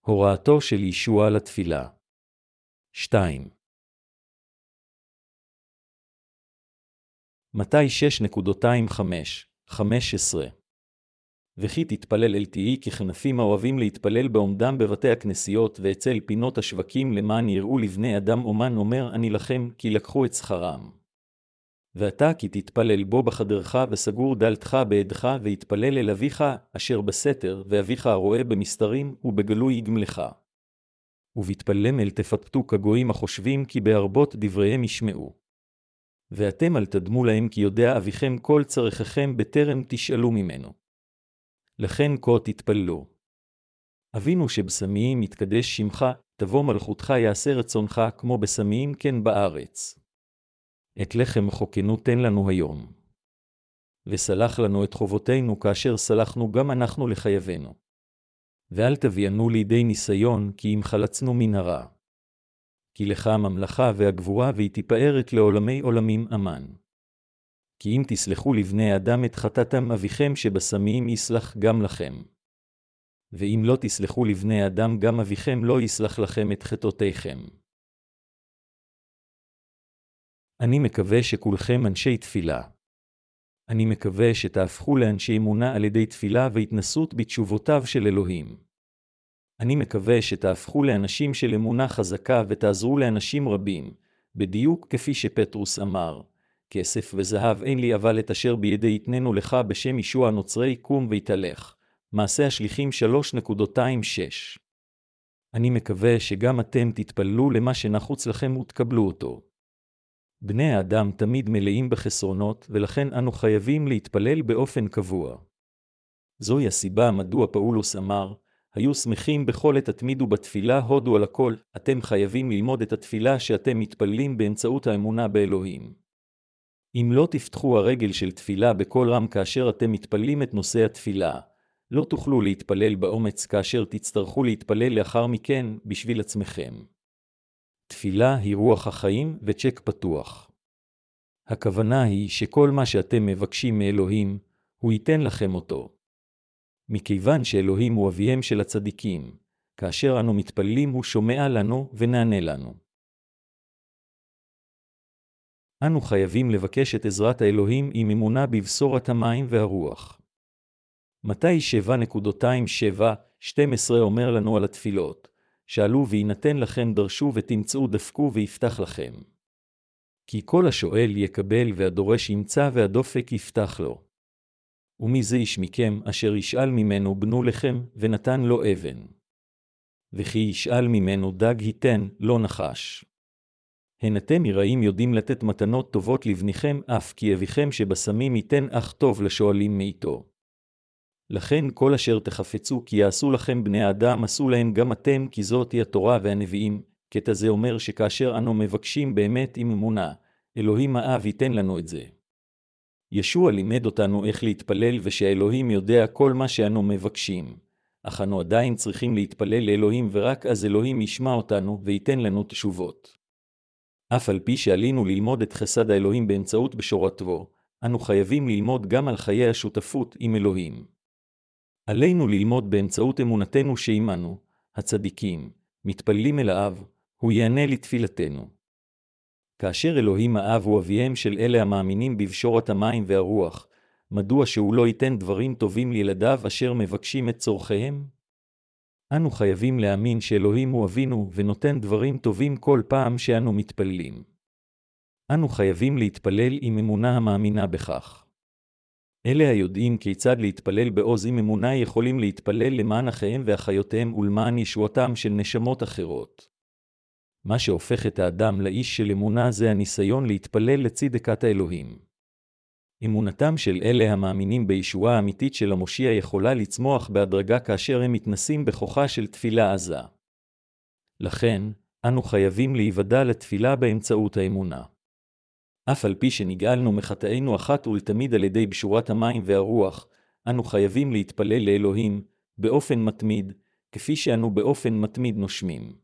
הוראתו של ישוע לתפילה. 2. מתי 6.25-15 וכי תתפלל אל תהי ככנפים האוהבים להתפלל בעומדם בבתי הכנסיות ואצל פינות השווקים למען יראו לבני אדם אומן אומר אני לכם כי לקחו את שכרם. ואתה כי תתפלל בו בחדרך וסגור דלתך בידך ויתפלל אל אביך אשר בסתר ואביך הרואה במסתרים ובגלוי יגמלך. ובתפלם אל תפתו כגויים החושבים כי בהרבות דבריהם ישמעו. ואתם אל תדמו להם כי יודע אביכם כל צרככם בטרם תשאלו ממנו. לכן כה תתפללו. אבינו שבשמיים יתקדש שמך, תבוא מלכותך יעשה רצונך כמו בשמיים כן בארץ. את לחם חוקנו תן לנו היום. וסלח לנו את חובותינו כאשר סלחנו גם אנחנו לחייבנו. ואל תביאנו לידי ניסיון כי אם חלצנו מן הרע. כי לך הממלכה והגבורה והיא תפארת לעולמי עולמים אמן. כי אם תסלחו לבני אדם את חטאתם אביכם שבשמיים יסלח גם לכם. ואם לא תסלחו לבני אדם גם אביכם לא יסלח לכם את חטאותיכם. אני מקווה שכולכם אנשי תפילה. אני מקווה שתהפכו לאנשי אמונה על ידי תפילה והתנסות בתשובותיו של אלוהים. אני מקווה שתהפכו לאנשים של אמונה חזקה ותעזרו לאנשים רבים, בדיוק כפי שפטרוס אמר, כסף וזהב אין לי אבל את אשר בידי יתננו לך בשם ישוע הנוצרי קום והתהלך. מעשה השליחים 3.26. אני מקווה שגם אתם תתפללו למה שנחוץ לכם ותקבלו אותו. בני האדם תמיד מלאים בחסרונות ולכן אנו חייבים להתפלל באופן קבוע. זוהי הסיבה מדוע פאולוס אמר, היו שמחים בכל עת התמידו בתפילה הודו על הכל, אתם חייבים ללמוד את התפילה שאתם מתפללים באמצעות האמונה באלוהים. אם לא תפתחו הרגל של תפילה בכל רם כאשר אתם מתפללים את נושא התפילה, לא תוכלו להתפלל באומץ כאשר תצטרכו להתפלל לאחר מכן בשביל עצמכם. תפילה היא רוח החיים וצ'ק פתוח. הכוונה היא שכל מה שאתם מבקשים מאלוהים, הוא ייתן לכם אותו. מכיוון שאלוהים הוא אביהם של הצדיקים, כאשר אנו מתפללים הוא שומע לנו ונענה לנו. אנו חייבים לבקש את עזרת האלוהים עם אמונה בבשורת המים והרוח. מתי 7.27-12 אומר לנו על התפילות, שאלו ויינתן לכם דרשו ותמצאו דפקו ויפתח לכם. כי כל השואל יקבל והדורש ימצא והדופק יפתח לו. ומי זה איש מכם אשר ישאל ממנו בנו לחם ונתן לו אבן. וכי ישאל ממנו דג ייתן לא נחש. הן אתם יראים יודעים לתת מתנות טובות לבניכם אף כי אביכם שבשמים ייתן אך טוב לשואלים מאיתו. לכן כל אשר תחפצו כי יעשו לכם בני האדם עשו להם גם אתם כי זאת היא התורה והנביאים. קטע זה אומר שכאשר אנו מבקשים באמת עם אמונה, אלוהים האב ייתן לנו את זה. ישוע לימד אותנו איך להתפלל ושהאלוהים יודע כל מה שאנו מבקשים. אך אנו עדיין צריכים להתפלל לאלוהים ורק אז אלוהים ישמע אותנו וייתן לנו תשובות. אף על פי שעלינו ללמוד את חסד האלוהים באמצעות בשורתו, אנו חייבים ללמוד גם על חיי השותפות עם אלוהים. עלינו ללמוד באמצעות אמונתנו שעימנו, הצדיקים, מתפללים אל האב, הוא יענה לתפילתנו. כאשר אלוהים האב הוא אביהם של אלה המאמינים בבשורת המים והרוח, מדוע שהוא לא ייתן דברים טובים לילדיו אשר מבקשים את צורכיהם? אנו חייבים להאמין שאלוהים הוא אבינו ונותן דברים טובים כל פעם שאנו מתפללים. אנו חייבים להתפלל עם אמונה המאמינה בכך. אלה היודעים כיצד להתפלל בעוז עם אמונה יכולים להתפלל למען אחיהם ואחיותיהם ולמען ישועתם של נשמות אחרות. מה שהופך את האדם לאיש של אמונה זה הניסיון להתפלל לצדקת האלוהים. אמונתם של אלה המאמינים בישועה האמיתית של המושיע יכולה לצמוח בהדרגה כאשר הם מתנסים בכוחה של תפילה עזה. לכן, אנו חייבים להיוודע לתפילה באמצעות האמונה. אף על פי שנגאלנו מחטאינו אחת ולתמיד על ידי בשורת המים והרוח, אנו חייבים להתפלל לאלוהים באופן מתמיד, כפי שאנו באופן מתמיד נושמים.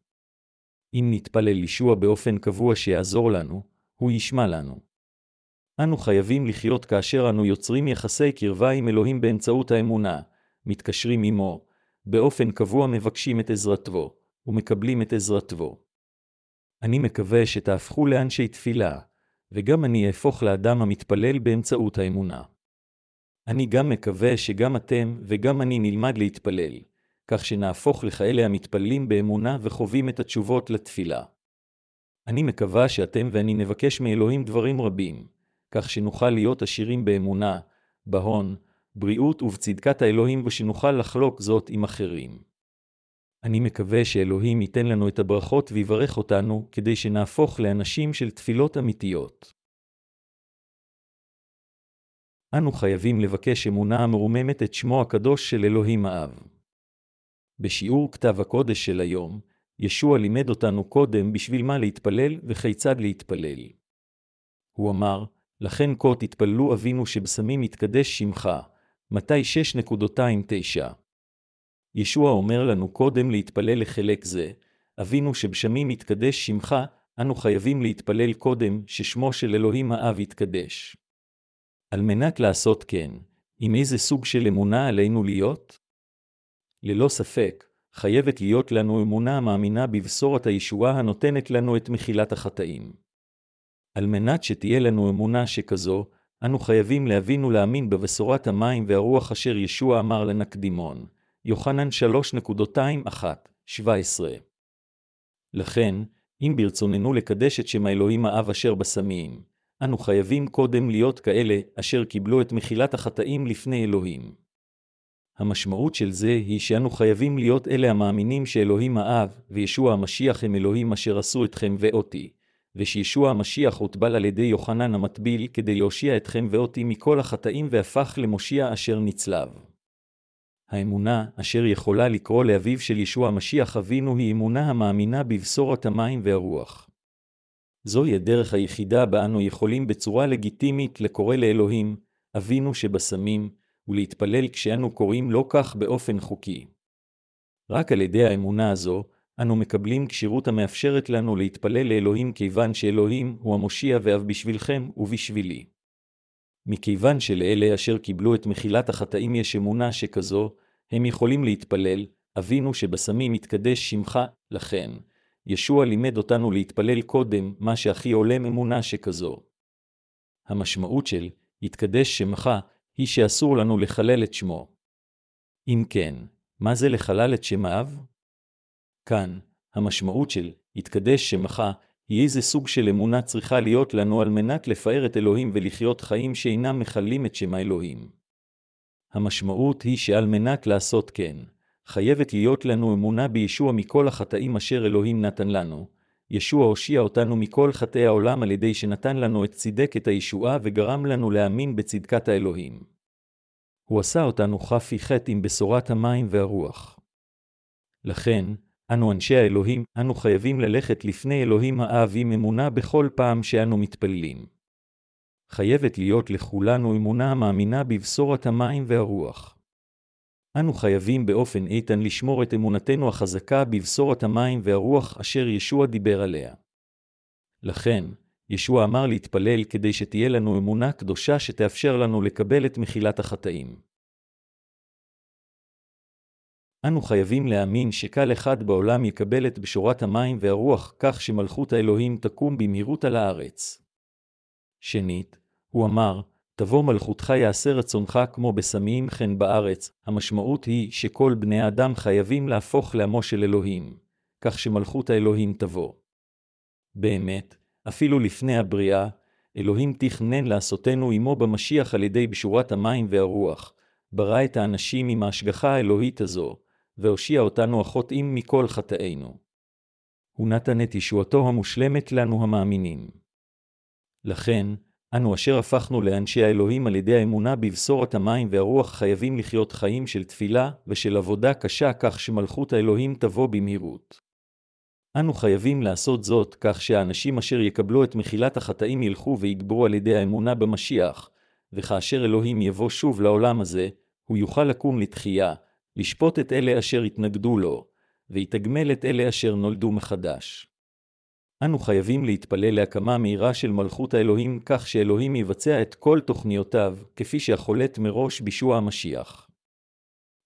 אם נתפלל לישוע באופן קבוע שיעזור לנו, הוא ישמע לנו. אנו חייבים לחיות כאשר אנו יוצרים יחסי קרבה עם אלוהים באמצעות האמונה, מתקשרים עמו, באופן קבוע מבקשים את עזרתו, ומקבלים את עזרתו. אני מקווה שתהפכו לאנשי תפילה, וגם אני אהפוך לאדם המתפלל באמצעות האמונה. אני גם מקווה שגם אתם וגם אני נלמד להתפלל, כך שנהפוך לכאלה המתפללים באמונה וחווים את התשובות לתפילה. אני מקווה שאתם ואני נבקש מאלוהים דברים רבים, כך שנוכל להיות עשירים באמונה, בהון, בריאות ובצדקת האלוהים ושנוכל לחלוק זאת עם אחרים. אני מקווה שאלוהים ייתן לנו את הברכות ויברך אותנו כדי שנהפוך לאנשים של תפילות אמיתיות. אנו חייבים לבקש אמונה המרוממת את שמו הקדוש של אלוהים האב. בשיעור כתב הקודש של היום, ישוע לימד אותנו קודם בשביל מה להתפלל וכיצד להתפלל. הוא אמר, לכן כה תתפללו אבינו שבשמים יתקדש שמך, מתי 6.29. ישוע אומר לנו קודם להתפלל לחלק זה, אבינו שבשמים יתקדש שמך, אנו חייבים להתפלל קודם ששמו של אלוהים האב יתקדש. על מנת לעשות כן, עם איזה סוג של אמונה עלינו להיות? ללא ספק, חייבת להיות לנו אמונה המאמינה בבשורת הישועה הנותנת לנו את מחילת החטאים. על מנת שתהיה לנו אמונה שכזו, אנו חייבים להבין ולהאמין בבשורת המים והרוח אשר ישוע אמר לנקדימון, יוחנן 3.21-17. לכן, אם ברצוננו לקדש את שם האלוהים האב אשר בשמים, אנו חייבים קודם להיות כאלה אשר קיבלו את מחילת החטאים לפני אלוהים. המשמעות של זה היא שאנו חייבים להיות אלה המאמינים שאלוהים האב וישוע המשיח הם אלוהים אשר עשו אתכם ואותי, ושישוע המשיח הוטבל על ידי יוחנן המטביל כדי להושיע אתכם ואותי מכל החטאים והפך למושיע אשר נצלב. האמונה אשר יכולה לקרוא לאביו של ישוע המשיח אבינו היא אמונה המאמינה בבשורת המים והרוח. זוהי הדרך היחידה בה אנו יכולים בצורה לגיטימית לקרוא לאלוהים, אבינו שבשמים, ולהתפלל כשאנו קוראים לא כך באופן חוקי. רק על ידי האמונה הזו, אנו מקבלים כשירות המאפשרת לנו להתפלל לאלוהים כיוון שאלוהים הוא המושיע ואב בשבילכם ובשבילי. מכיוון שלאלה אשר קיבלו את מחילת החטאים יש אמונה שכזו, הם יכולים להתפלל, אבינו שבשמים יתקדש שמך, לכן. ישוע לימד אותנו להתפלל קודם מה שהכי עולם אמונה שכזו. המשמעות של יתקדש שמך היא שאסור לנו לחלל את שמו. אם כן, מה זה לחלל את שם האב? כאן, המשמעות של יתקדש שמך היא איזה סוג של אמונה צריכה להיות לנו על מנת לפאר את אלוהים ולחיות חיים שאינם מחללים את שם האלוהים. המשמעות היא שעל מנת לעשות כן, חייבת להיות לנו אמונה בישוע מכל החטאים אשר אלוהים נתן לנו. ישוע הושיע אותנו מכל חטאי העולם על ידי שנתן לנו את צדקת הישועה וגרם לנו להאמין בצדקת האלוהים. הוא עשה אותנו חפי חטא עם בשורת המים והרוח. לכן, אנו אנשי האלוהים, אנו חייבים ללכת לפני אלוהים האב עם אמונה בכל פעם שאנו מתפללים. חייבת להיות לכולנו אמונה המאמינה בבשורת המים והרוח. אנו חייבים באופן איתן לשמור את אמונתנו החזקה בבשורת המים והרוח אשר ישוע דיבר עליה. לכן, ישוע אמר להתפלל כדי שתהיה לנו אמונה קדושה שתאפשר לנו לקבל את מחילת החטאים. אנו חייבים להאמין שקל אחד בעולם יקבל את בשורת המים והרוח כך שמלכות האלוהים תקום במהירות על הארץ. שנית, הוא אמר, תבוא מלכותך יעשה רצונך כמו בשמים כן בארץ. המשמעות היא שכל בני האדם חייבים להפוך לעמו של אלוהים, כך שמלכות האלוהים תבוא. באמת, אפילו לפני הבריאה, אלוהים תכנן לעשותנו עמו במשיח על ידי בשורת המים והרוח, ברא את האנשים עם ההשגחה האלוהית הזו, והושיע אותנו החוטאים מכל חטאינו. הוא נתן את ישועתו המושלמת לנו המאמינים. לכן, אנו אשר הפכנו לאנשי האלוהים על ידי האמונה בבשורת המים והרוח חייבים לחיות חיים של תפילה ושל עבודה קשה כך שמלכות האלוהים תבוא במהירות. אנו חייבים לעשות זאת כך שהאנשים אשר יקבלו את מחילת החטאים ילכו ויגברו על ידי האמונה במשיח, וכאשר אלוהים יבוא שוב לעולם הזה, הוא יוכל לקום לתחייה, לשפוט את אלה אשר התנגדו לו, ויתגמל את אלה אשר נולדו מחדש. אנו חייבים להתפלל להקמה מהירה של מלכות האלוהים כך שאלוהים יבצע את כל תוכניותיו, כפי שהחולט מראש בישוע המשיח.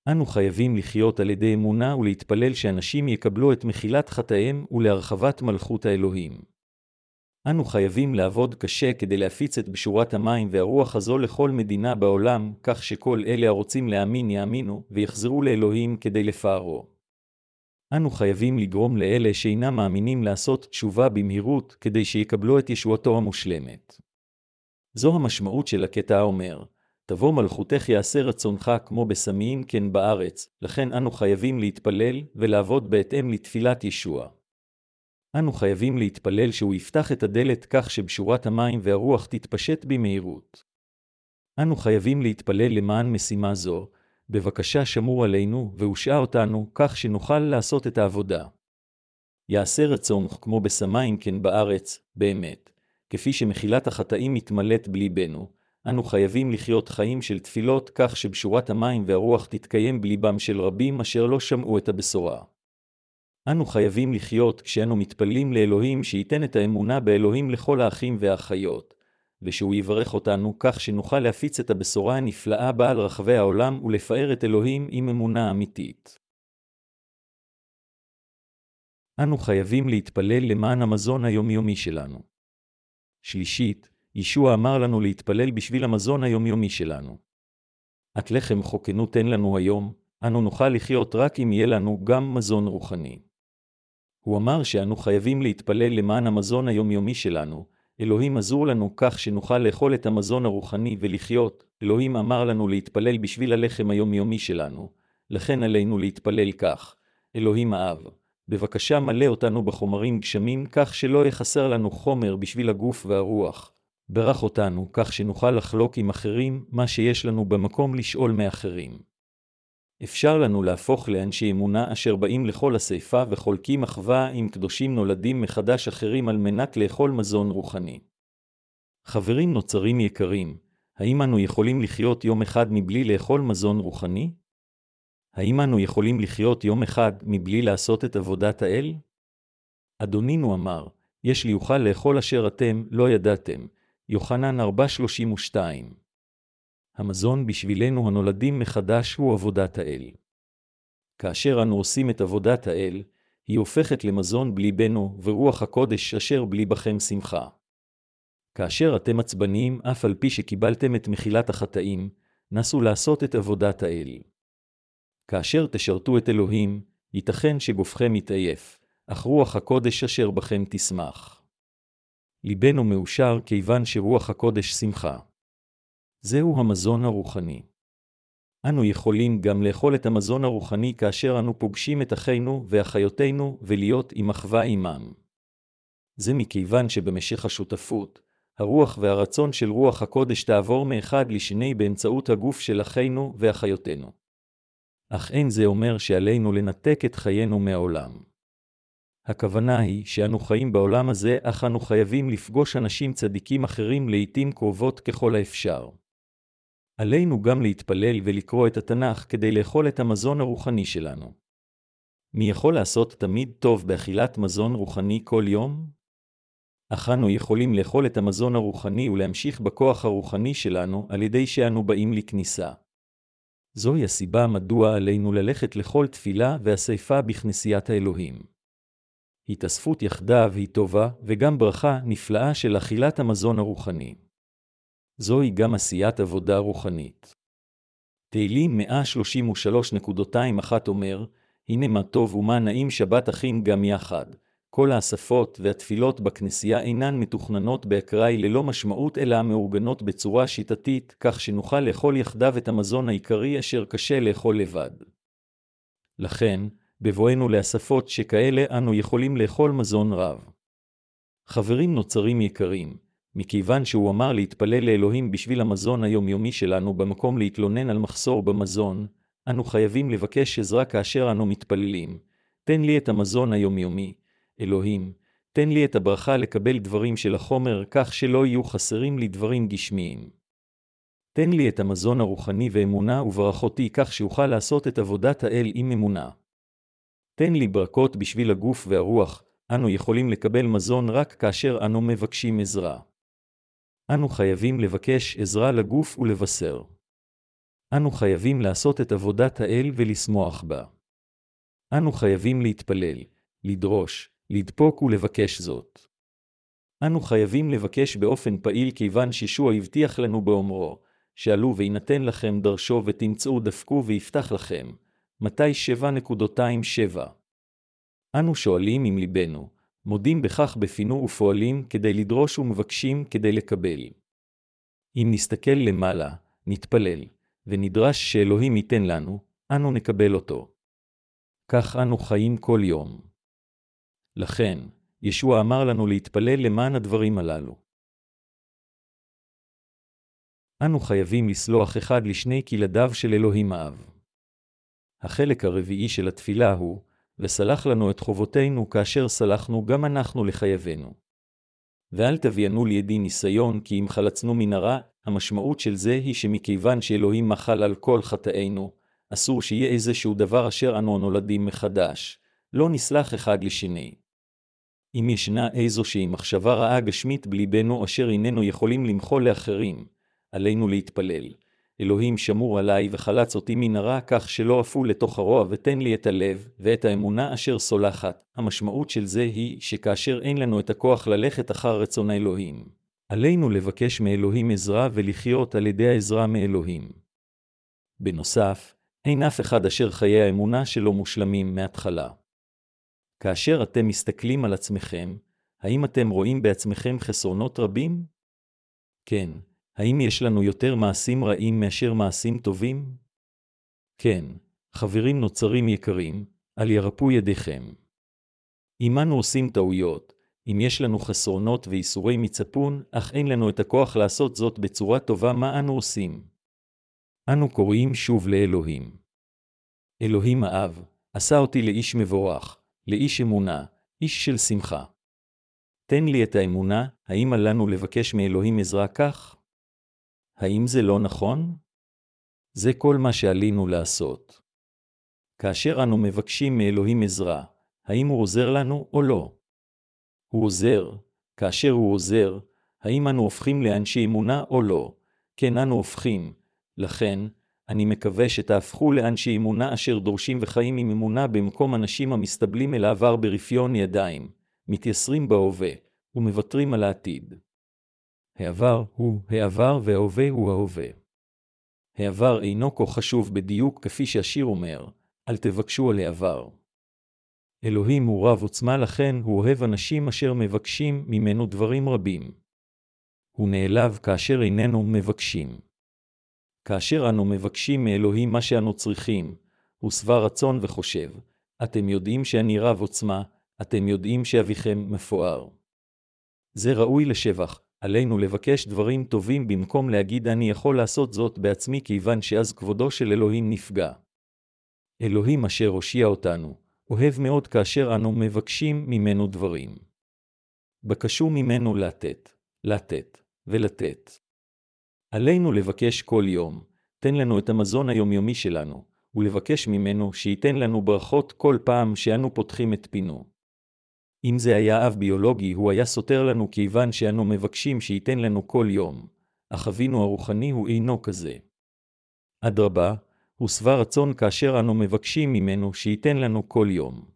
אנו חייבים לחיות על ידי אמונה ולהתפלל שאנשים יקבלו את מחילת חטאיהם ולהרחבת מלכות האלוהים. אנו חייבים לעבוד קשה כדי להפיץ את בשורת המים והרוח הזו לכל מדינה בעולם, כך שכל אלה הרוצים להאמין יאמינו ויחזרו לאלוהים כדי לפארו. אנו חייבים לגרום לאלה שאינם מאמינים לעשות תשובה במהירות כדי שיקבלו את ישועתו המושלמת. זו המשמעות של הקטע האומר, תבוא מלכותך יעשה רצונך כמו בסמים כן בארץ, לכן אנו חייבים להתפלל ולעבוד בהתאם לתפילת ישוע. אנו חייבים להתפלל שהוא יפתח את הדלת כך שבשורת המים והרוח תתפשט במהירות. אנו חייבים להתפלל למען משימה זו, בבקשה שמור עלינו והושעה אותנו כך שנוכל לעשות את העבודה. יעשה רצונך כמו בסמים כן בארץ, באמת. כפי שמחילת החטאים מתמלאת בליבנו, אנו חייבים לחיות חיים של תפילות כך שבשורת המים והרוח תתקיים בליבם של רבים אשר לא שמעו את הבשורה. אנו חייבים לחיות כשאנו מתפללים לאלוהים שייתן את האמונה באלוהים לכל האחים והאחיות, ושהוא יברך אותנו כך שנוכל להפיץ את הבשורה הנפלאה בעל רחבי העולם ולפאר את אלוהים עם אמונה אמיתית. אנו חייבים להתפלל למען המזון היומיומי שלנו. שלישית, ישוע אמר לנו להתפלל בשביל המזון היומיומי שלנו. את לחם חוקנו תן לנו היום, אנו נוכל לחיות רק אם יהיה לנו גם מזון רוחני. הוא אמר שאנו חייבים להתפלל למען המזון היומיומי שלנו, אלוהים עזור לנו כך שנוכל לאכול את המזון הרוחני ולחיות, אלוהים אמר לנו להתפלל בשביל הלחם היומיומי שלנו, לכן עלינו להתפלל כך, אלוהים האב, בבקשה מלא אותנו בחומרים גשמים כך שלא יחסר לנו חומר בשביל הגוף והרוח, ברך אותנו כך שנוכל לחלוק עם אחרים מה שיש לנו במקום לשאול מאחרים. אפשר לנו להפוך לאנשי אמונה אשר באים לכל הסייפה וחולקים אחווה עם קדושים נולדים מחדש אחרים על מנת לאכול מזון רוחני. חברים נוצרים יקרים, האם אנו יכולים לחיות יום אחד מבלי לאכול מזון רוחני? האם אנו יכולים לחיות יום אחד מבלי לעשות את עבודת האל? אדונינו אמר, יש לי אוכל לאכול אשר אתם לא ידעתם, יוחנן 4:32. המזון בשבילנו הנולדים מחדש הוא עבודת האל. כאשר אנו עושים את עבודת האל, היא הופכת למזון בליבנו ורוח הקודש אשר בליבכם שמחה. כאשר אתם עצבניים אף על פי שקיבלתם את מחילת החטאים, נסו לעשות את עבודת האל. כאשר תשרתו את אלוהים, ייתכן שגופכם יתעייף, אך רוח הקודש אשר בכם תשמח. ליבנו מאושר כיוון שרוח הקודש שמחה. זהו המזון הרוחני. אנו יכולים גם לאכול את המזון הרוחני כאשר אנו פוגשים את אחינו ואחיותינו ולהיות עם אחווה עמם. זה מכיוון שבמשך השותפות, הרוח והרצון של רוח הקודש תעבור מאחד לשני באמצעות הגוף של אחינו ואחיותינו. אך אין זה אומר שעלינו לנתק את חיינו מהעולם. הכוונה היא שאנו חיים בעולם הזה, אך אנו חייבים לפגוש אנשים צדיקים אחרים לעתים קרובות ככל האפשר. עלינו גם להתפלל ולקרוא את התנ"ך כדי לאכול את המזון הרוחני שלנו. מי יכול לעשות תמיד טוב באכילת מזון רוחני כל יום? אך אנו יכולים לאכול את המזון הרוחני ולהמשיך בכוח הרוחני שלנו על ידי שאנו באים לכניסה. זוהי הסיבה מדוע עלינו ללכת לכל תפילה והסייפה בכנסיית האלוהים. התאספות יחדיו היא טובה וגם ברכה נפלאה של אכילת המזון הרוחני. זוהי גם עשיית עבודה רוחנית. תהילים 133.21 אומר, הנה מה טוב ומה נעים שבת אחים גם יחד. כל האספות והתפילות בכנסייה אינן מתוכננות באקראי ללא משמעות אלא מאורגנות בצורה שיטתית, כך שנוכל לאכול יחדיו את המזון העיקרי אשר קשה לאכול לבד. לכן, בבואנו לאספות שכאלה אנו יכולים לאכול מזון רב. חברים נוצרים יקרים, מכיוון שהוא אמר להתפלל לאלוהים בשביל המזון היומיומי שלנו במקום להתלונן על מחסור במזון, אנו חייבים לבקש עזרה כאשר אנו מתפללים. תן לי את המזון היומיומי, אלוהים, תן לי את הברכה לקבל דברים של החומר כך שלא יהיו חסרים לי דברים גשמיים. תן לי את המזון הרוחני ואמונה וברכותי כך שאוכל לעשות את עבודת האל עם אמונה. תן לי ברכות בשביל הגוף והרוח, אנו יכולים לקבל מזון רק כאשר אנו מבקשים עזרה. אנו חייבים לבקש עזרה לגוף ולבשר. אנו חייבים לעשות את עבודת האל ולשמוח בה. אנו חייבים להתפלל, לדרוש, לדפוק ולבקש זאת. אנו חייבים לבקש באופן פעיל כיוון שישוע הבטיח לנו באומרו, שאלו וינתן לכם דרשו ותמצאו דפקו ויפתח לכם. מתי 7.27. אנו שואלים עם ליבנו, מודים בכך בפינו ופועלים כדי לדרוש ומבקשים כדי לקבל. אם נסתכל למעלה, נתפלל, ונדרש שאלוהים ייתן לנו, אנו נקבל אותו. כך אנו חיים כל יום. לכן, ישוע אמר לנו להתפלל למען הדברים הללו. אנו חייבים לסלוח אחד לשני כילדיו של אלוהים האב. החלק הרביעי של התפילה הוא, וסלח לנו את חובותינו כאשר סלחנו גם אנחנו לחייבינו. ואל תביאנו לידי ניסיון כי אם חלצנו מן הרע, המשמעות של זה היא שמכיוון שאלוהים מחל על כל חטאינו, אסור שיהיה איזשהו דבר אשר אנו נולדים מחדש, לא נסלח אחד לשני. אם ישנה איזושהי מחשבה רעה גשמית בליבנו אשר איננו יכולים למחול לאחרים, עלינו להתפלל. אלוהים שמור עליי וחלץ אותי מן הרע כך שלא אפול לתוך הרוע ותן לי את הלב ואת האמונה אשר סולחת. המשמעות של זה היא שכאשר אין לנו את הכוח ללכת אחר רצון האלוהים, עלינו לבקש מאלוהים עזרה ולחיות על ידי העזרה מאלוהים. בנוסף, אין אף אחד אשר חיי האמונה שלו מושלמים מההתחלה. כאשר אתם מסתכלים על עצמכם, האם אתם רואים בעצמכם חסרונות רבים? כן. האם יש לנו יותר מעשים רעים מאשר מעשים טובים? כן, חברים נוצרים יקרים, אל ירפו ידיכם. אם אנו עושים טעויות, אם יש לנו חסרונות ואיסורי מצפון, אך אין לנו את הכוח לעשות זאת בצורה טובה, מה אנו עושים? אנו קוראים שוב לאלוהים. אלוהים האב, עשה אותי לאיש מבורך, לאיש אמונה, איש של שמחה. תן לי את האמונה, האם עלינו לבקש מאלוהים עזרה כך? האם זה לא נכון? זה כל מה שעלינו לעשות. כאשר אנו מבקשים מאלוהים עזרה, האם הוא עוזר לנו או לא? הוא עוזר. כאשר הוא עוזר, האם אנו הופכים לאנשי אמונה או לא? כן, אנו הופכים. לכן, אני מקווה שתהפכו לאנשי אמונה אשר דורשים וחיים עם אמונה במקום אנשים המסתבלים אל העבר ברפיון ידיים, מתייסרים בהווה ומוותרים על העתיד. העבר הוא העבר וההווה הוא ההווה. העבר אינו כה חשוב בדיוק כפי שהשיר אומר, אל תבקשו על העבר. אלוהים הוא רב עוצמה, לכן הוא אוהב אנשים אשר מבקשים ממנו דברים רבים. הוא נעלב כאשר איננו מבקשים. כאשר אנו מבקשים מאלוהים מה שאנו צריכים, הוא שבע רצון וחושב, אתם יודעים שאני רב עוצמה, אתם יודעים שאביכם מפואר. זה ראוי לשבח. עלינו לבקש דברים טובים במקום להגיד אני יכול לעשות זאת בעצמי כיוון שאז כבודו של אלוהים נפגע. אלוהים אשר הושיע אותנו, אוהב מאוד כאשר אנו מבקשים ממנו דברים. בקשו ממנו לתת ולתת. עלינו לבקש כל יום, תן לנו את המזון היומיומי שלנו, ולבקש ממנו שייתן לנו ברכות כל פעם שאנו פותחים את פינו. אם זה היה אב ביולוגי, הוא היה סותר לנו כיוון שאנו מבקשים שייתן לנו כל יום, אך אבינו הרוחני הוא אינו כזה. אדרבה, הוא שבע רצון כאשר אנו מבקשים ממנו שייתן לנו כל יום.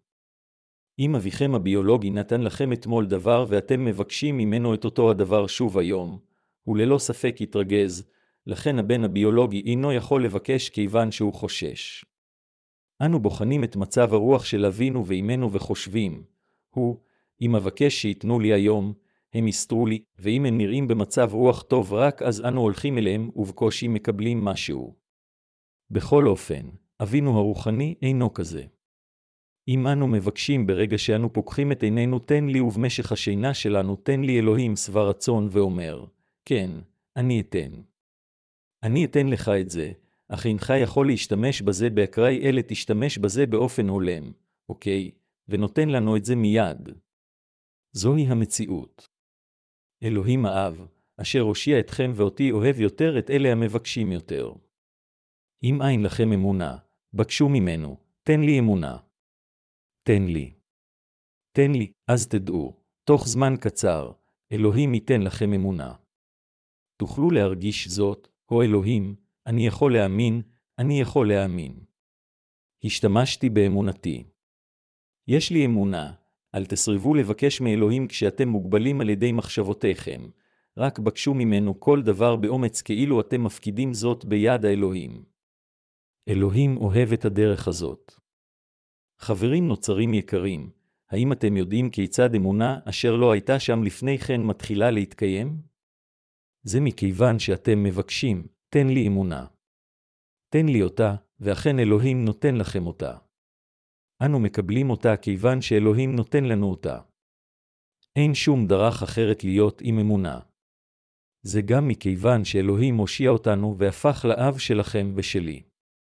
אם אביכם הביולוגי נתן לכם אתמול דבר ואתם מבקשים ממנו את אותו הדבר שוב היום, הוא ללא ספק יתרגז, לכן הבן הביולוגי אינו יכול לבקש כיוון שהוא חושש. אנו בוחנים את מצב הרוח של אבינו ואימנו וחושבים, אם אבקש שיתנו לי היום, הם יסתרו לי, ואם הם נראים במצב רוח טוב רק אז אנו הולכים אליהם ובקושי מקבלים משהו. בכל אופן, אבינו הרוחני אינו כזה. אם אנו מבקשים ברגע שאנו פוקחים את עינינו תן לי ובמשך השינה שלנו תן לי, אלוהים שבע רצון ואומר, כן, אני אתן. אני אתן לך את זה, אך אינך יכול להשתמש בזה באקראי אלה תשתמש בזה באופן הולם, אוקיי? ונותן לנו את זה מיד. זוהי המציאות. אלוהים האב, אשר הושיע אתכם ואותי אוהב יותר את אלה המבקשים יותר. אם אין לכם אמונה, בקשו ממנו, תן לי אמונה. תן לי. תן לי, אז תדעו, תוך זמן קצר, אלוהים ייתן לכם אמונה. תוכלו להרגיש זאת, או אלוהים, אני יכול להאמין, אני יכול להאמין. השתמשתי באמונתי. יש לי אמונה, אל תסרבו לבקש מאלוהים כשאתם מוגבלים על ידי מחשבותיכם, רק בקשו ממנו כל דבר באומץ כאילו אתם מפקידים זאת ביד האלוהים. אלוהים אוהב את הדרך הזאת. חברים נוצרים יקרים, האם אתם יודעים כיצד אמונה אשר לא הייתה שם לפני כן מתחילה להתקיים? זה מכיוון שאתם מבקשים, תן לי אמונה. תן לי אותה, ואכן אלוהים נותן לכם אותה. אנו מקבלים אותה כיוון שאלוהים נותן לנו אותה. אין שום דרך אחרת להיות עם אמונה. זה גם מכיוון שאלוהים הושיע אותנו והפך לאב שלכם ושלי.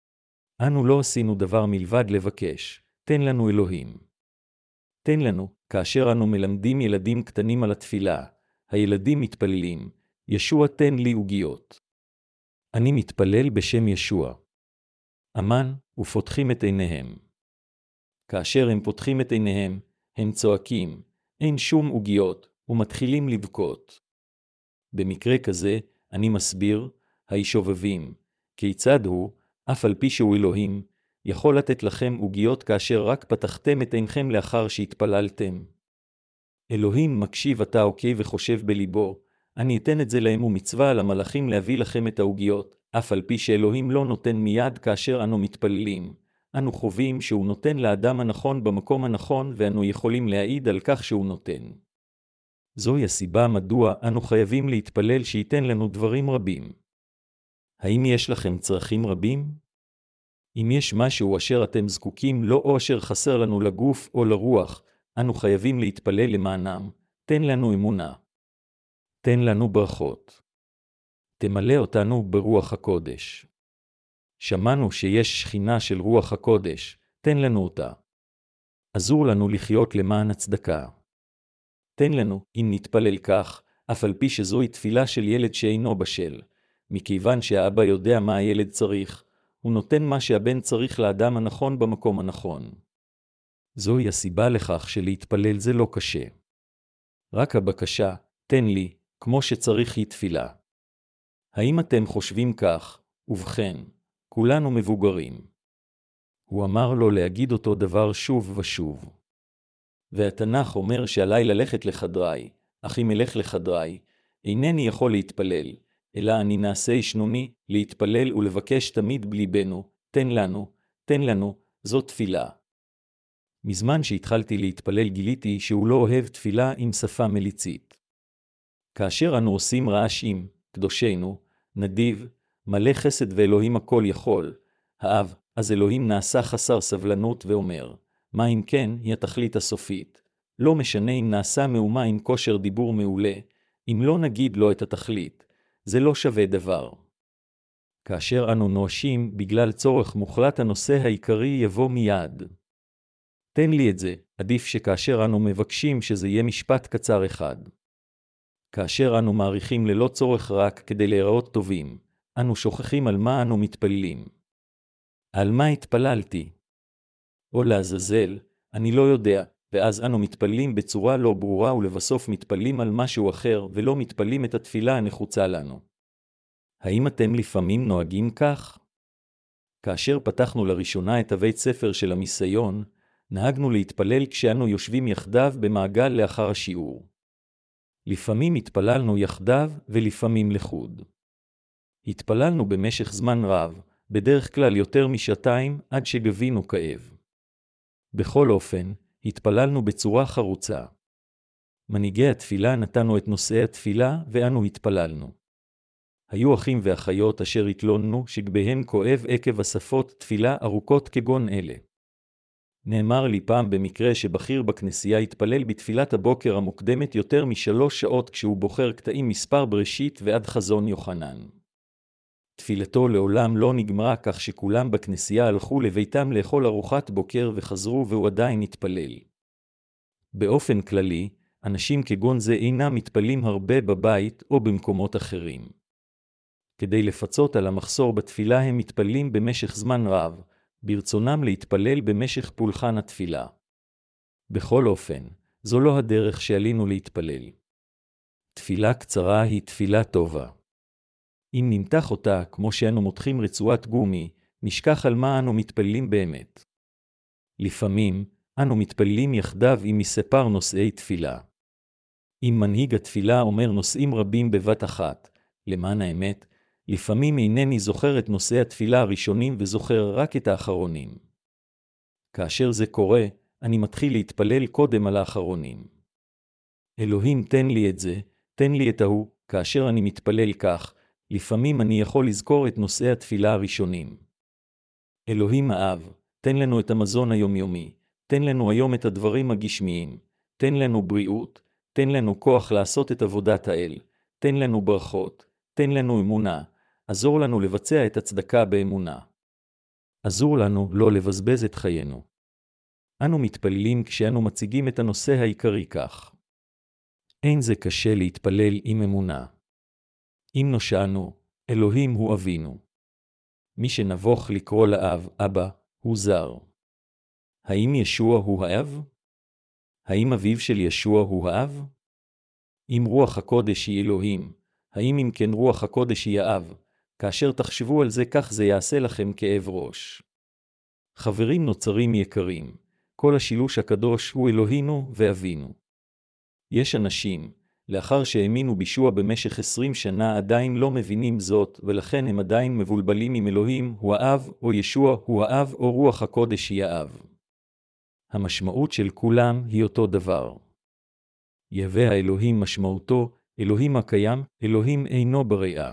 אנו לא עשינו דבר מלבד לבקש, תן לנו אלוהים. תן לנו, כאשר אנו מלמדים ילדים קטנים על התפילה, הילדים מתפללים, ישוע תן לי עוגיות. אני מתפלל בשם ישוע. אמן, ופותחים את עיניהם. כאשר הם פותחים את עיניהם, הם צועקים, אין שום עוגיות, ומתחילים לבכות. במקרה כזה, אני מסביר, הישובבים, כיצד הוא, אף על פי שהוא אלוהים, יכול לתת לכם עוגיות כאשר רק פתחתם את עינכם לאחר שהתפללתם. אלוהים מקשיב אתה עוקב וחושב בליבו, אני אתן את זה להם ומצווה על המלאכים להביא לכם את העוגיות, אף על פי שאלוהים לא נותן מיד כאשר אנו מתפללים. אנו חווים שהוא נותן לאדם הנכון במקום הנכון ואנו יכולים להעיד על כך שהוא נותן. זוהי הסיבה מדוע אנו חייבים להתפלל שייתן לנו דברים רבים. האם יש לכם צרכים רבים? אם יש משהו אשר אתם זקוקים לו או אשר חסר לנו לגוף או לרוח, אנו חייבים להתפלל למענם, תן לנו אמונה. תן לנו ברכות. תמלא אותנו ברוח הקודש. שמענו שיש שכינה של רוח הקודש, תן לנו אותה. עזור לנו לחיות למען הצדקה. תן לנו, אם נתפלל כך, אף על פי שזוהי תפילה של ילד שאינו בשל, מכיוון שהאבא יודע מה הילד צריך, הוא נותן מה שהבן צריך לאדם הנכון במקום הנכון. זוהי הסיבה לכך שלהתפלל זה לא קשה. רק הבקשה, תן לי, כמו שצריך היא תפילה. האם אתם חושבים כך? ובכן, כולנו מבוגרים. הוא אמר לו להגיד אותו דבר שוב ושוב. והתנ"ך אומר שעליי ללכת לחדריי, אך אם אלך לחדריי, אינני יכול להתפלל, אלא אני נעשה ישנוני, להתפלל ולבקש תמיד בליבנו, תן לנו, זאת תפילה. מזמן שהתחלתי להתפלל גיליתי שהוא לא אוהב תפילה עם שפה מליצית. כאשר אנו עושים רעשים, קדושנו, נדיב, מלא חסד ואלוהים הכל יכול, האב, אז אלוהים נעשה חסר סבלנות ואומר, מה אם כן היא התכלית הסופית? לא משנה אם נעשה מהומה עם כושר דיבור מעולה, אם לא נגיד לו את התכלית, זה לא שווה דבר. כאשר אנו נואשים בגלל צורך מוחלט הנושא העיקרי יבוא מיד. תן לי את זה, עדיף שכאשר אנו מבקשים שזה יהיה משפט קצר אחד. כאשר אנו מעריכים ללא צורך רק כדי להיראות טובים, אנו שוכחים על מה אנו מתפללים. על מה התפללתי? או לעזאזל, אני לא יודע, ואז אנו מתפללים בצורה לא ברורה ולבסוף מתפללים על משהו אחר ולא מתפללים את התפילה הנחוצה לנו. האם אתם לפעמים נוהגים כך? כאשר פתחנו לראשונה את הבית ספר של המיסיון, נהגנו להתפלל כשאנו יושבים יחדיו במעגל לאחר השיעור. לפעמים התפללנו יחדיו ולפעמים לחוד. התפללנו במשך זמן רב, בדרך כלל יותר משעתיים עד שגבינו כאב. בכל אופן, התפללנו בצורה חרוצה. מנהיגי התפילה נתנו את נושאי התפילה ואנו התפללנו. היו אחים ואחיות אשר התלוננו שגביהם כואב עקב אספות תפילה ארוכות כגון אלה. נאמר לי פעם במקרה שבחיר בכנסייה התפלל בתפילת הבוקר המוקדמת יותר מ3 שעות כשהוא בוחר קטעים מספר בראשית ועד חזון יוחנן. תפילתו לעולם לא נגמרה כך שכולם בכנסייה הלכו לביתם לאכול ארוחת בוקר וחזרו והוא עדיין התפלל. באופן כללי, אנשים כגון זה אינם מתפללים הרבה בבית או במקומות אחרים. כדי לפצות על המחסור בתפילה הם מתפללים במשך זמן רב, ברצונם להתפלל במשך פולחן התפילה. בכל אופן, זו לא הדרך שעלינו להתפלל. תפילה קצרה היא תפילה טובה. אם נמתח אותה כמו שאנו מותחים רצועת גומי, נשכח על מה אנו מתפללים באמת. לפעמים, אנו מתפללים יחדיו עם מספר נושאי תפילה. אם מנהיג התפילה אומר נושאים רבים בבת אחת, למען האמת, לפעמים אינני זוכר את נושאי התפילה הראשונים וזוכר רק את האחרונים. כאשר זה קורה, אני מתחיל להתפלל קודם על האחרונים. אלוהים תן לי את זה, תן לי את ההוא, כאשר אני מתפלל כך, לפעמים אני יכול לזכור את נושאי התפילה הראשונים. אלוהים האב, תן לנו את המזון היומיומי, תן לנו היום את הדברים הגשמיים, תן לנו בריאות, תן לנו כוח לעשות את עבודת האל, תן לנו ברכות, תן לנו אמונה, עזור לנו לבצע את הצדקה באמונה. עזור לנו לא לבזבז את חיינו. אנו מתפללים כשאנו מציגים את הנושא העיקרי כך. אין זה קשה להתפלל עם אמונה. אם נושענו, אלוהים הוא אבינו. מי שנבוך לקרוא לאב, אבא, הוא זר. האם ישוע הוא האב? האם אביו של ישוע הוא האב? אם רוח הקודש היא אלוהים, האם אם כן רוח הקודש היא האב? כאשר תחשבו על זה כך זה יעשה לכם כאב ראש. חברים נוצרים יקרים, כל השילוש הקדוש הוא אלוהינו ואבינו. יש אנשים, לאחר שהאמינו בישוע במשך 20 שנה עדיין לא מבינים זאת, ולכן הם עדיין מבולבלים אם אלוהים הוא האב או ישוע הוא האב או רוח הקודש היא האב. המשמעות של כולם היא אותו דבר. יהווה האלוהים משמעותו, אלוהים הקיים, אלוהים אינו בריאה.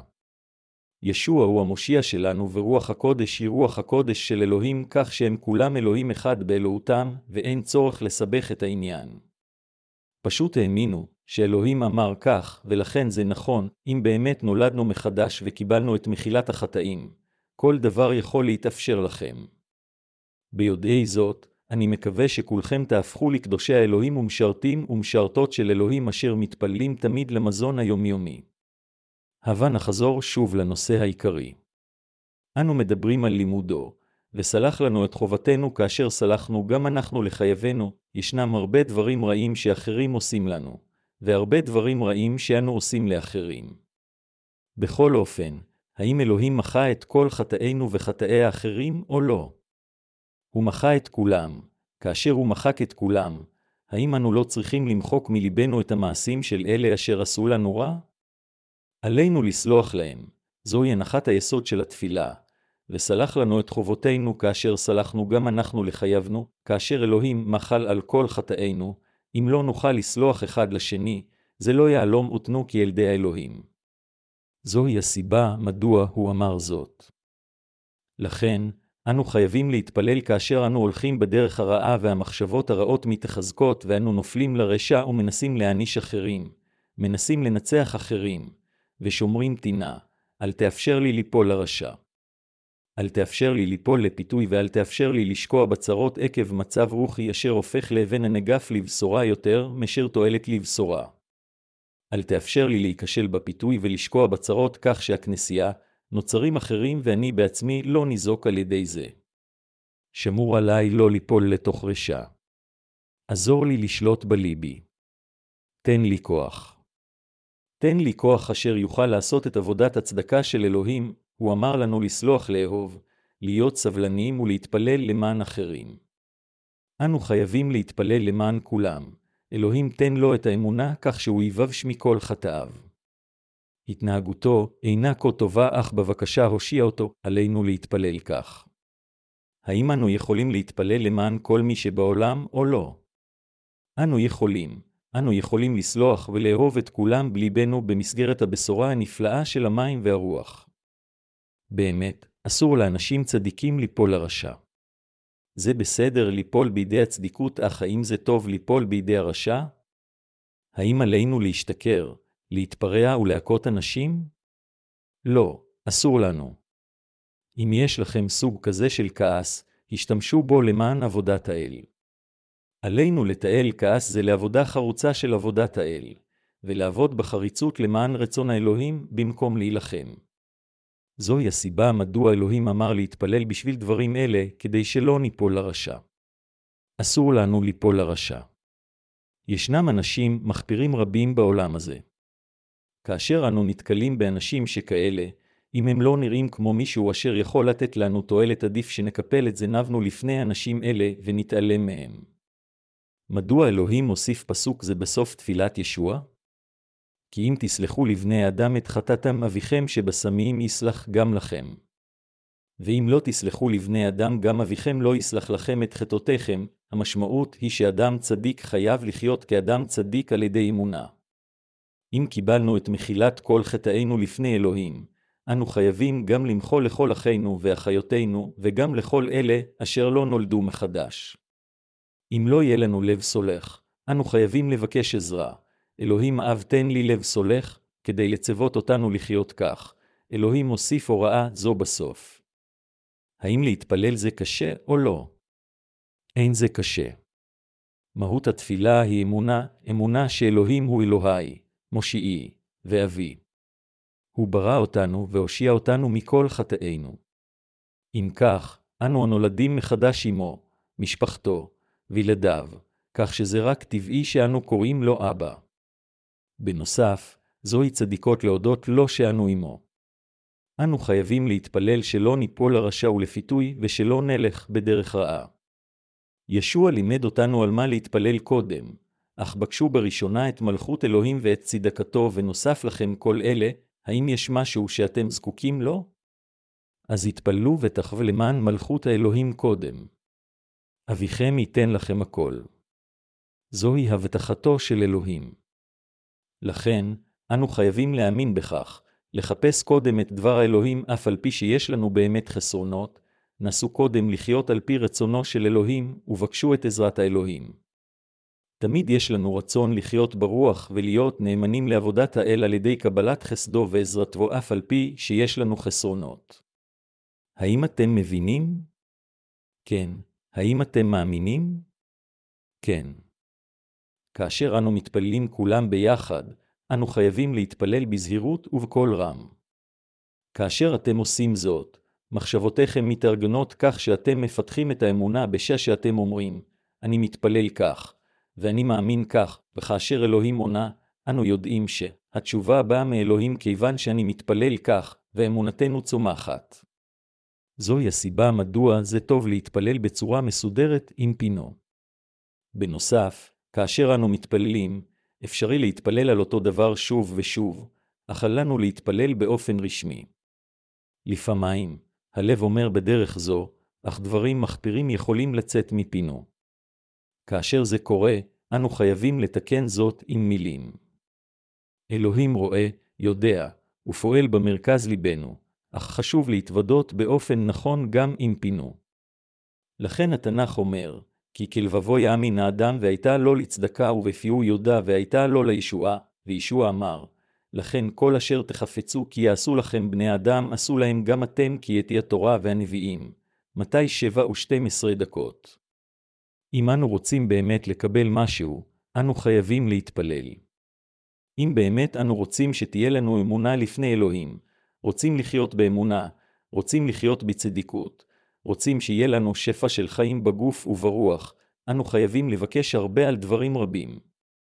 ישוע הוא המושיע שלנו ורוח הקודש היא רוח הקודש של אלוהים כך שהם כולם אלוהים אחד באלוהותם ואין צורך לסבך את העניין. פשוט האמינו שאלוהים אמר כך ולכן זה נכון, אם באמת נולדנו מחדש וקיבלנו את מחילת החטאים, כל דבר יכול להתאפשר לכם. ביודעי זאת, אני מקווה שכולכם תהפכו לקדושי האלוהים ומשרתים ומשרתות של אלוהים אשר מתפללים תמיד למזון היומיומי. הבה נחזור שוב לנושא העיקרי. אנו מדברים על לימודו, וסלח לנו את חובתנו כאשר סלחנו גם אנחנו לחייבנו, ישנם הרבה דברים רעים שאחרים עושים לנו, והרבה דברים רעים שאנו עושים לאחרים. בכל אופן, האם אלוהים מחה את כל חטאינו וחטאי האחרים או לא? הוא מחה את כולם, כאשר הוא מחק את כולם, האם אנו לא צריכים למחוק מליבנו את המעשים של אלה אשר עשו לנו רע? עלינו לסלוח להם, זוהי הנחת היסוד של התפילה, וסלח לנו את חובותינו כאשר סלחנו גם אנחנו לחייבנו, כאשר אלוהים מחל על כל חטאינו, אם לא נוכל לסלוח אחד לשני, זה לא יעלום אותנו כילדי האלוהים. זוהי הסיבה מדוע הוא אמר זאת. לכן, אנו חייבים להתפלל כאשר אנו הולכים בדרך הרעה והמחשבות הרעות מתחזקות ואנו נופלים לרשע ומנסים להעניש אחרים, מנסים לנצח אחרים, ושומרים טינה, אל תאפשר לי ליפול לרשע. אל תאפשר לי ליפול לפיתוי ואל תאפשר לי לשקוע בצרות עקב מצב רוחי אשר הופך לאבן הנגף לבשורה יותר מאשר תועלת לבשורה. אל תאפשר לי להיכשל בפיתוי ולשקוע בצרות כך שהכנסייה, נוצרים אחרים ואני בעצמי לא ניזוק על ידי זה. שמור עליי לא ליפול לתוך רשע. עזור לי לשלוט בליבי. תן לי כוח. תן לי כוח אשר יוכל לעשות את עבודת הצדקה של אלוהים, הוא אמר לנו לסלוח לאהוב, להיות סבלניים ולהתפלל למען אחרים. אנו חייבים להתפלל למען כולם. אלוהים תן לו את האמונה כך שהוא יבש מכל חטאיו. התנהגותו אינה כה טובה אך בבקשה הושיע אותו, עלינו להתפלל כך. האם אנו יכולים להתפלל למען כל מי שבעולם או לא? אנו יכולים לסלוח ולאהוב את כולם בליבנו במסגרת הבשורה הנפלאה של המים והרוח. באמת, אסור לאנשים צדיקים ליפול לרשע. זה בסדר ליפול בידי הצדיקות, אך האם זה טוב ליפול בידי הרשע? האם עלינו להשתכר, להתפרע ולהכות אנשים? לא, אסור לנו. אם יש לכם סוג כזה של כעס, השתמשו בו למען עבודת האל. עלינו לתעל כעס זה לעבודה חרוצה של עבודת האל, ולעבוד בחריצות למען רצון האלוהים במקום להילחם. זוהי הסיבה מדוע אלוהים אמר להתפלל בשביל דברים אלה, כדי שלא ניפול לרשע. אסור לנו ליפול לרשע. ישנם אנשים מחפירים רבים בעולם הזה. כאשר אנו נתקלים באנשים שכאלה, אם הם לא נראים כמו מישהו אשר יכול לתת לנו תועלת, עדיף שנקפל את זנבנו לפני אנשים אלה ונתעלם מהם. מדוע אלוהים מוסיף פסוק זה בסוף תפילת ישוע? כי אם תסלחו לבני אדם את חטאתם, אביכם שבשמיים יסלח גם לכם. ואם לא תסלחו לבני אדם, גם אביכם לא יסלח לכם את חטאותיכם. המשמעות היא שאדם צדיק חייב לחיות כאדם צדיק על ידי אמונה. אם קיבלנו את מחילת כל חטאינו לפני אלוהים, אנו חייבים גם למחול לכל אחינו ואחיותינו, וגם לכל אלה אשר לא נולדו מחדש. אם לא יהיה לנו לב סולח, אנו חייבים לבקש עזרה. אלוהים אב, תן לי לב סולח, כדי לצוות אותנו לחיות כך. אלוהים מוסיף הוראה זו בסוף. האם להתפלל זה קשה או לא? אין זה קשה. מהות התפילה היא אמונה שאלוהים הוא אלוהי, מושיעי ואבי. הוא ברא אותנו והושיע אותנו מכל חטאינו. אם כך, אנו הנולדים מחדש עמו, משפחתו וילדיו, כך שזה רק טבעי שאנו קוראים לו אבא. בנוסף, זוהי צדיקות להודות לו שאנו עמו. אנו חייבים להתפלל שלא ניפול לרשע ולפיתוי ושלא נלך בדרך רעה. ישוע לימד אותנו על מה להתפלל קודם, אך בקשו בראשונה את מלכות אלוהים ואת צדקתו ונוסף לכם כל אלה. האם יש משהו שאתם זקוקים לו? אז התפללו ותחוו למען מלכות האלוהים קודם. אביכם ייתן לכם הכל. זוהי הבטחתו של אלוהים. לכן, אנו חייבים להאמין בכך, לחפש קודם את דבר האלוהים אף על פי שיש לנו באמת חסרונות, נסו קודם לחיות על פי רצונו של אלוהים ובקשו את עזרת האלוהים. תמיד יש לנו רצון לחיות ברוח ולהיות נאמנים לעבודת האל על ידי קבלת חסדו ועזרתו אף על פי שיש לנו חסרונות. האם אתם מבינים? כן. האם אתם מאמינים? כן. כאשר אנו מתפללים כולם ביחד, אנו חייבים להתפלל בזהירות ובקול רם. כאשר אתם עושים זאת, מחשבותיכם מתארגנות כך שאתם מפתחים את האמונה שאתם אומרים, אני מתפלל כך, ואני מאמין כך, וכאשר אלוהים עונה, אנו יודעים שהתשובה באה מאלוהים כיוון שאני מתפלל כך, ואמונתנו צומחת. זוהי הסיבה מדוע זה טוב להתפלל בצורה מסודרת עם פינו. בנוסף, כאשר אנו מתפללים, אפשרי להתפלל על אותו דבר שוב ושוב, אך לנו להתפלל באופן רשמי. לפעמים, הלב אומר בדרך זו, אך דברים מחפירים יכולים לצאת מפינו. כאשר זה קורה, אנו חייבים לתקן זאת עם מילים. אלוהים רואה, יודע, ופועל במרכז ליבנו, אך חשוב להתוודות באופן נכון גם עם פינו. לכן התנ"ך אומר, כי כלבבו יאמין האדם והייתה לו לצדקה ובפיו יודה והייתה לו לישועה, וישוע אמר, לכן כל אשר תחפצו כי יעשו לכם בני אדם עשו להם גם אתם כי יתי התורה והנביאים. מתי 7:12. אם אנו רוצים באמת לקבל משהו, אנו חייבים להתפלל. אם באמת אנו רוצים שתהיה לנו אמונה לפני אלוהים, רוצים לחיות באמונה, רוצים לחיות בצדיקות, רוצים שיהיה לנו שפע של חיים בגוף וברוח, אנו חייבים לבקש הרבה על דברים רבים.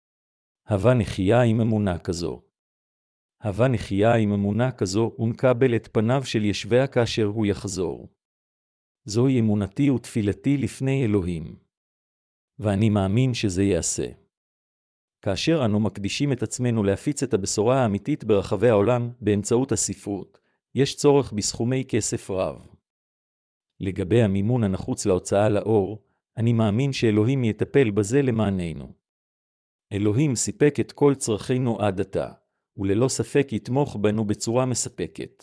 הווה נחייה עם אמונה כזו. הווה נחייה עם אמונה כזו ונקבל את פניו של ישוע כאשר הוא יחזור. זוהי אמונתי ותפילתי לפני אלוהים. ואני מאמין שזה יעשה. כאשר אנו מקדישים את עצמנו להפיץ את הבשורה האמיתית ברחבי העולם באמצעות הספרות, יש צורך בסכומי כסף רב. לגבי המימון הנחוץ להוצאה לאור, אני מאמין שאלוהים יטפל בזה למעננו. אלוהים סיפק את כל צרכינו עד עתה, וללא ספק יתמוך בנו בצורה מספקת.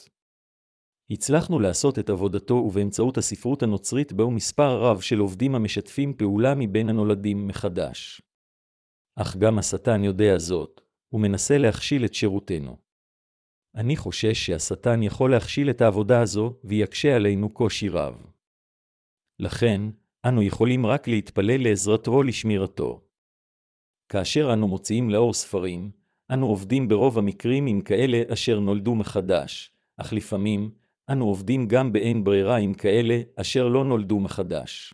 הצלחנו לעשות את עבודתו ובאמצעות הספרות הנוצרית בו מספר רב של עובדים המשתפים פעולה מבין הנולדים מחדש. אך גם השטן יודע זאת, ומנסה להכשיל את שירותנו. אני חושש שהשטן יכול להכשיל את העבודה הזו ויקשה עלינו קושי רב. לכן, אנו יכולים רק להתפלל לעזרתו לשמירתו. כאשר אנו מוציאים לאור ספרים, אנו עובדים ברוב המקרים עם כאלה אשר נולדו מחדש, אך לפעמים, אנו עובדים גם באין ברירה עם כאלה אשר לא נולדו מחדש.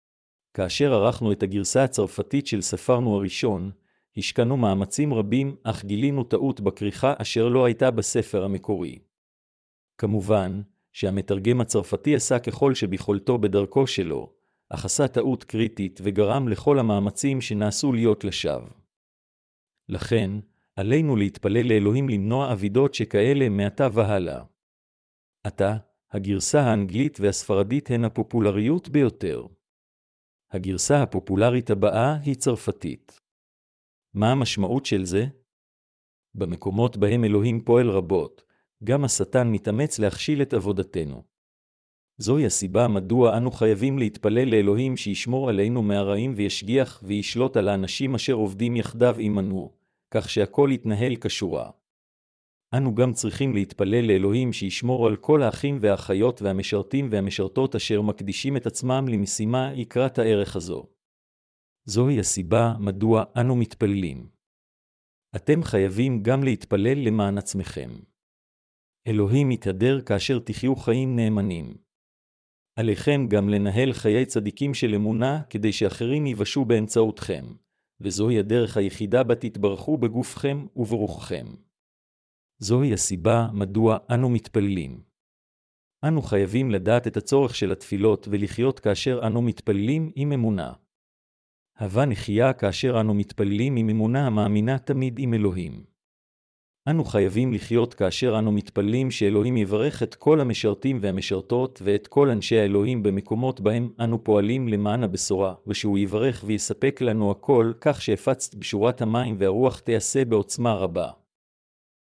כאשר ערכנו את הגרסה הצרפתית של ספרנו הראשון, השקענו מאמצים רבים, אך גילינו טעות בכריכה אשר לא הייתה בספר המקורי. כמובן, שהמתרגם הצרפתי עשה ככל שביכולתו בדרכו שלו, אך עשה טעות קריטית וגרם לכל המאמצים שנעשו להיות לשווא. לכן, עלינו להתפלל לאלוהים למנוע אבידות שכאלה מעתה והלאה. עתה, הגרסה האנגלית והספרדית הן הפופולריות ביותר. הגרסה הפופולרית הבאה היא צרפתית. מה המשמעות של זה? במקומות בהם אלוהים פועל רבות, גם השטן מתאמץ להכשיל את עבודתנו. זוהי הסיבה מדוע אנו חייבים להתפלל לאלוהים שישמור עלינו מהרעים וישגיח וישלוט על האנשים אשר עובדים יחדיו עמנו, כך שהכל יתנהל כשורה. אנו גם צריכים להתפלל לאלוהים שישמור על כל האחים והאחיות והמשרתים והמשרתות אשר מקדישים את עצמם למשימה יקרת הערך הזו. זוהי הסיבה מדוע אנו מתפללים. אתם חייבים גם להתפלל למען עצמכם. אלוהים יתהדר כאשר תחיו חיים נאמנים. עליכם גם לנהל חיי צדיקים של אמונה כדי שאחרים יבשו באמצעותכם, וזוהי הדרך היחידה בה תתברכו בגופכם וברוחכם. זוהי הסיבה מדוע אנו מתפללים. אנו חייבים לדעת את הצורך של התפילות ולחיות כאשר אנו מתפללים עם אמונה. הווה נחיה כאשר אנו מתפללים עם אמונה המאמינה תמיד עם אלוהים. אנו חייבים לחיות כאשר אנו מתפללים שאלוהים יברך את כל המשרתים והמשרתות ואת כל אנשי האלוהים במקומות בהם אנו פועלים למען הבשורה, ושהוא יברך ויספק לנו הכל כך שהפצת בשורת המים והרוח תעשה בעוצמה רבה.